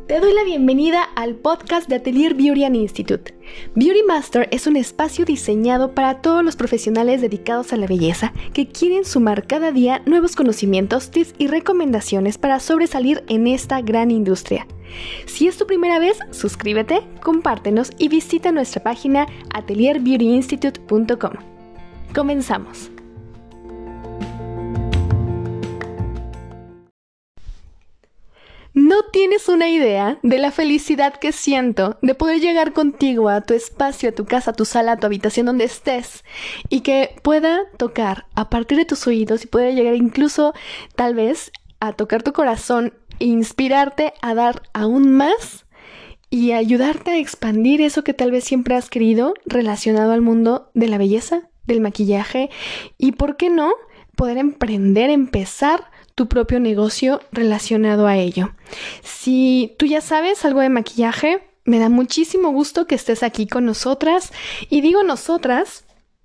Te doy la bienvenida al podcast de Atelier Beauty and Institute. Beauty Master es un espacio diseñado para todos los profesionales dedicados a la belleza que quieren sumar cada día nuevos conocimientos, tips y recomendaciones para sobresalir en esta gran industria. Si es tu primera vez, suscríbete, compártenos y visita nuestra página atelierbeautyinstitute.com. Comenzamos. No tienes una idea de la felicidad que siento de poder llegar contigo a tu espacio, a tu casa, a tu sala, a tu habitación, donde estés, y que pueda tocar a partir de tus oídos y pueda llegar incluso, tal vez, a tocar tu corazón e inspirarte a dar aún más y ayudarte a expandir eso que tal vez siempre has querido relacionado al mundo de la belleza, del maquillaje y, ¿por qué no?, poder empezar tu propio negocio relacionado a ello. Si tú ya sabes algo de maquillaje, me da muchísimo gusto que estés aquí con nosotras. Y digo nosotras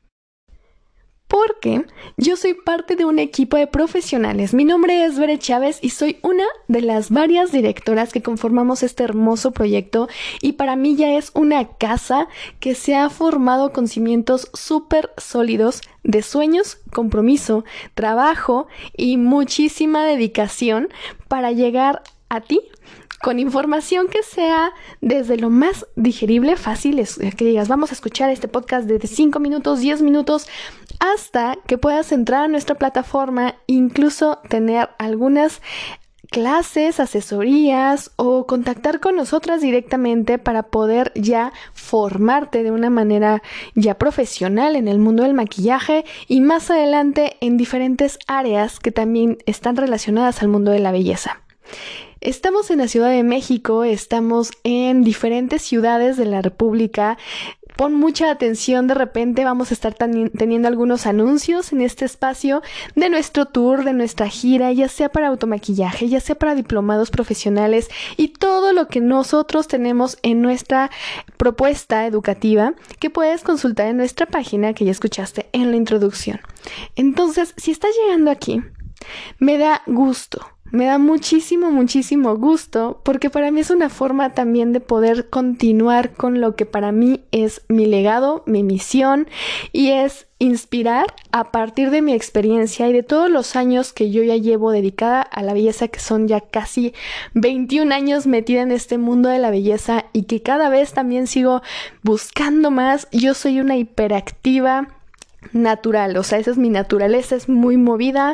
porque yo soy parte de un equipo de profesionales. Mi nombre es Bere Chávez y soy una de las varias directoras que conformamos este hermoso proyecto, y para mí ya es una casa que se ha formado con cimientos súper sólidos de sueños, compromiso, trabajo y muchísima dedicación para llegar a ti con información que sea desde lo más digerible, fácil, que digas, vamos a escuchar este podcast de 5 minutos, 10 minutos, hasta que puedas entrar a nuestra plataforma, incluso tener algunas clases, asesorías o contactar con nosotras directamente para poder ya formarte de una manera ya profesional en el mundo del maquillaje y más adelante en diferentes áreas que también están relacionadas al mundo de la belleza. Estamos en la Ciudad de México, estamos en diferentes ciudades de la República. Pon mucha atención, de repente vamos a estar teniendo algunos anuncios en este espacio de nuestro tour, de nuestra gira, ya sea para automaquillaje, ya sea para diplomados profesionales y todo lo que nosotros tenemos en nuestra propuesta educativa que puedes consultar en nuestra página que ya escuchaste en la introducción. Entonces, si estás llegando aquí, me da gusto. Me da muchísimo gusto porque para mí es una forma también de poder continuar con lo que para mí es mi legado, mi misión, y es inspirar a partir de mi experiencia y de todos los años que yo ya llevo dedicada a la belleza, que son ya casi 21 años metida en este mundo de la belleza y que cada vez también sigo buscando más. Yo soy una hiperactiva natural, o sea, esa es mi naturaleza, es muy movida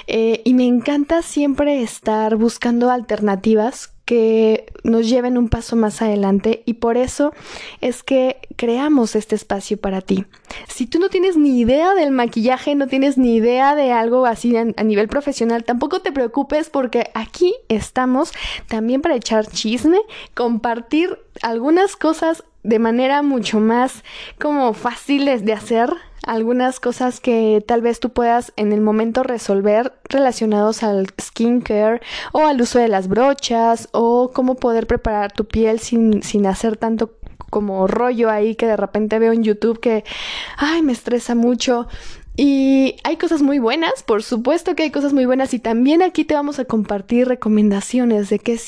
y me encanta siempre estar buscando alternativas que nos lleven un paso más adelante, y por eso es que creamos este espacio para ti. Si tú no tienes ni idea del maquillaje, no tienes ni idea de algo así a nivel profesional, tampoco te preocupes, porque aquí estamos también para echar chisme, compartir algunas cosas de manera mucho más como fáciles de hacer, algunas cosas que tal vez tú puedas en el momento resolver relacionados al skincare o al uso de las brochas o cómo poder preparar tu piel sin hacer tanto como rollo ahí que de repente veo en YouTube que me estresa mucho. Y hay cosas muy buenas, por supuesto que hay cosas muy buenas, y también aquí te vamos a compartir recomendaciones de qué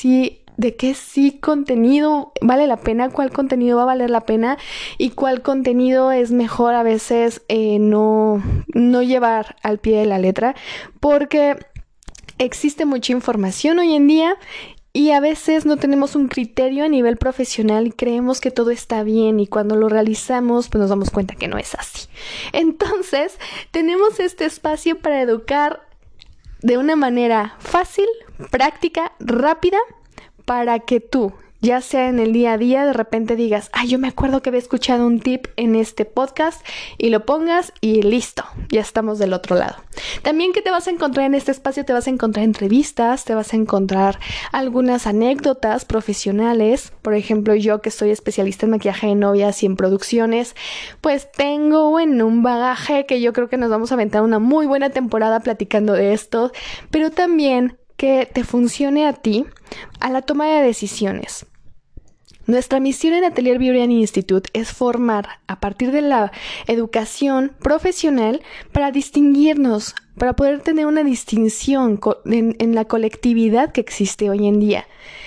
sí contenido vale la pena, cuál contenido va a valer la pena y cuál contenido es mejor a veces no llevar al pie de la letra, porque existe mucha información hoy en día y a veces no tenemos un criterio a nivel profesional y creemos que todo está bien, y cuando lo realizamos pues nos damos cuenta que no es así. Entonces tenemos este espacio para educar de una manera fácil, práctica, rápida, para que tú, ya sea en el día a día, de repente digas, yo me acuerdo que había escuchado un tip en este podcast, y lo pongas y listo, ya estamos del otro lado. También, ¿qué te vas a encontrar en este espacio? Te vas a encontrar entrevistas, te vas a encontrar algunas anécdotas profesionales. Por ejemplo, yo, que soy especialista en maquillaje de novias y en producciones, pues tengo un bagaje que yo creo que nos vamos a aventar una muy buena temporada platicando de esto, pero también que te funcione a ti a la toma de decisiones. Nuestra misión en Atelier Beauty and Institute es formar a partir de la educación profesional para distinguirnos, para poder tener una distinción en la colectividad que existe hoy en día.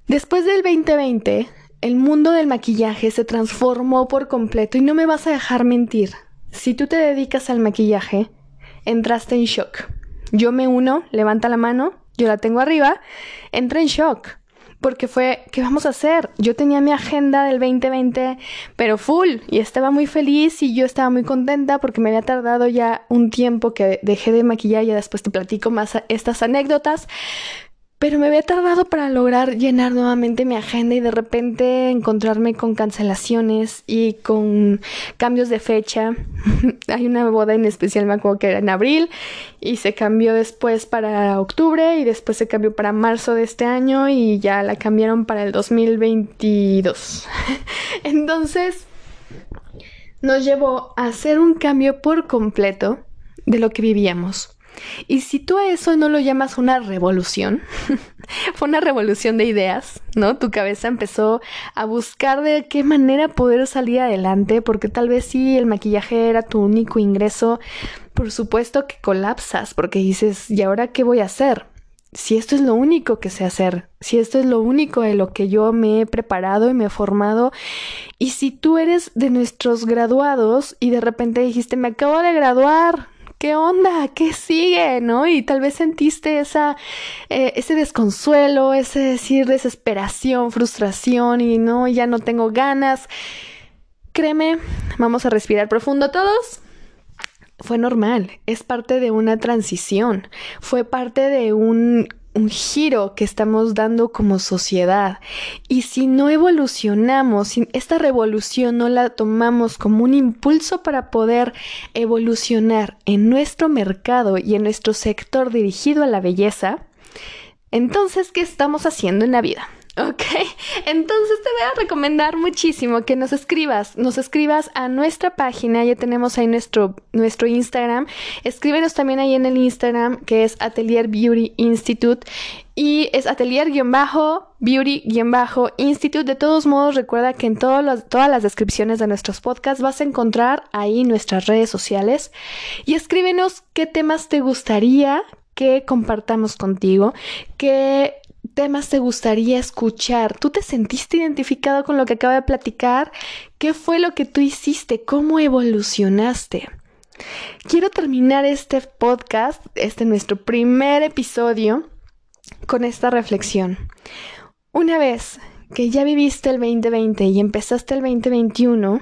Después del 2020, el mundo del maquillaje se transformó por completo y no me vas a dejar mentir. Si tú te dedicas al maquillaje, entraste en shock. Yo me uno, levanta la mano, yo la tengo arriba, entré en shock. Porque fue, ¿qué vamos a hacer? Yo tenía mi agenda del 2020, pero full, y estaba muy feliz y yo estaba muy contenta porque me había tardado ya un tiempo que dejé de maquillar, y después te platico más estas anécdotas. Pero me había tardado para lograr llenar nuevamente mi agenda y de repente encontrarme con cancelaciones y con cambios de fecha. Hay una boda en especial, me acuerdo que era en abril y se cambió después para octubre y después se cambió para marzo de este año y ya la cambiaron para el 2022. Entonces nos llevó a hacer un cambio por completo de lo que vivíamos. Y si tú a eso no lo llamas una revolución, fue una revolución de ideas, ¿no? Tu cabeza empezó a buscar de qué manera poder salir adelante, porque tal vez sí el maquillaje era tu único ingreso. Por supuesto que colapsas, porque dices, ¿y ahora qué voy a hacer? Si esto es lo único que sé hacer, si esto es lo único de lo que yo me he preparado y me he formado, y si tú eres de nuestros graduados y de repente dijiste, me acabo de graduar, ¿qué onda? ¿Qué sigue? ¿No? Y tal vez sentiste ese desconsuelo, ese decir desesperación, frustración y no, ya no tengo ganas. Créeme, vamos a respirar profundo todos. Fue normal, es parte de una transición, fue parte de un giro que estamos dando como sociedad. Y si no evolucionamos, si esta revolución no la tomamos como un impulso para poder evolucionar en nuestro mercado y en nuestro sector dirigido a la belleza, entonces, ¿qué estamos haciendo en la vida? Ok, entonces te voy a recomendar muchísimo que nos escribas a nuestra página. Ya tenemos ahí nuestro Instagram. Escríbenos también ahí en el Instagram, que es Atelier Beauty Institute, y es Atelier-Beauty-Institute. De todos modos, recuerda que en todas las descripciones de nuestros podcasts vas a encontrar ahí nuestras redes sociales, y escríbenos qué temas te gustaría que compartamos contigo, qué temas te gustaría escuchar. ¿Tú te sentiste identificado con lo que acabo de platicar? ¿Qué fue lo que tú hiciste? ¿Cómo evolucionaste? Quiero terminar este podcast, nuestro primer episodio, con esta reflexión. Una vez que ya viviste el 2020 y empezaste el 2021,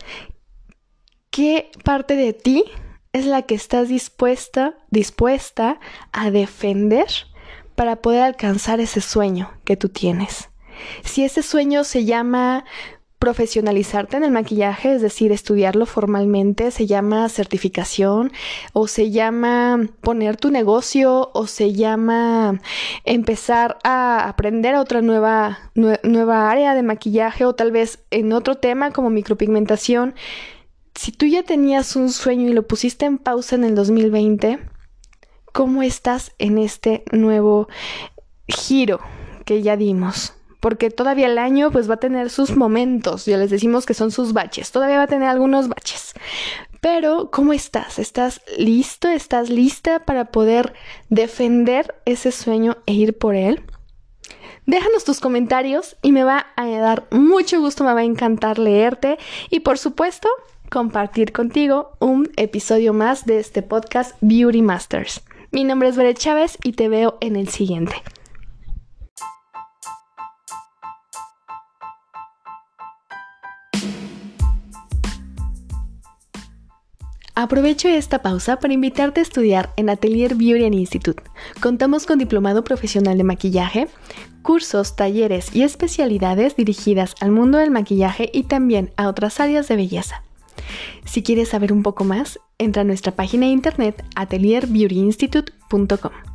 ¿qué parte de ti es la que estás dispuesta a defender para poder alcanzar ese sueño que tú tienes? Si ese sueño se llama profesionalizarte en el maquillaje, es decir, estudiarlo formalmente, se llama certificación, o se llama poner tu negocio, o se llama empezar a aprender otra nueva área de maquillaje, o tal vez en otro tema como micropigmentación. Si tú ya tenías un sueño y lo pusiste en pausa en el 2020, ¿cómo estás en este nuevo giro que ya dimos? Porque todavía el año pues va a tener sus momentos, ya les decimos que son sus baches, todavía va a tener algunos baches. Pero, ¿cómo estás? ¿Estás listo? ¿Estás lista para poder defender ese sueño e ir por él? Déjanos tus comentarios y me va a dar mucho gusto, me va a encantar leerte y por supuesto compartir contigo un episodio más de este podcast Beauty Masters. Mi nombre es Beret Chávez y te veo en el siguiente. Aprovecho esta pausa para invitarte a estudiar en Atelier Beauty Institute. Contamos con diplomado profesional de maquillaje, cursos, talleres y especialidades dirigidas al mundo del maquillaje y también a otras áreas de belleza. Si quieres saber un poco más, entra a nuestra página de internet atelierbeautyinstitute.com.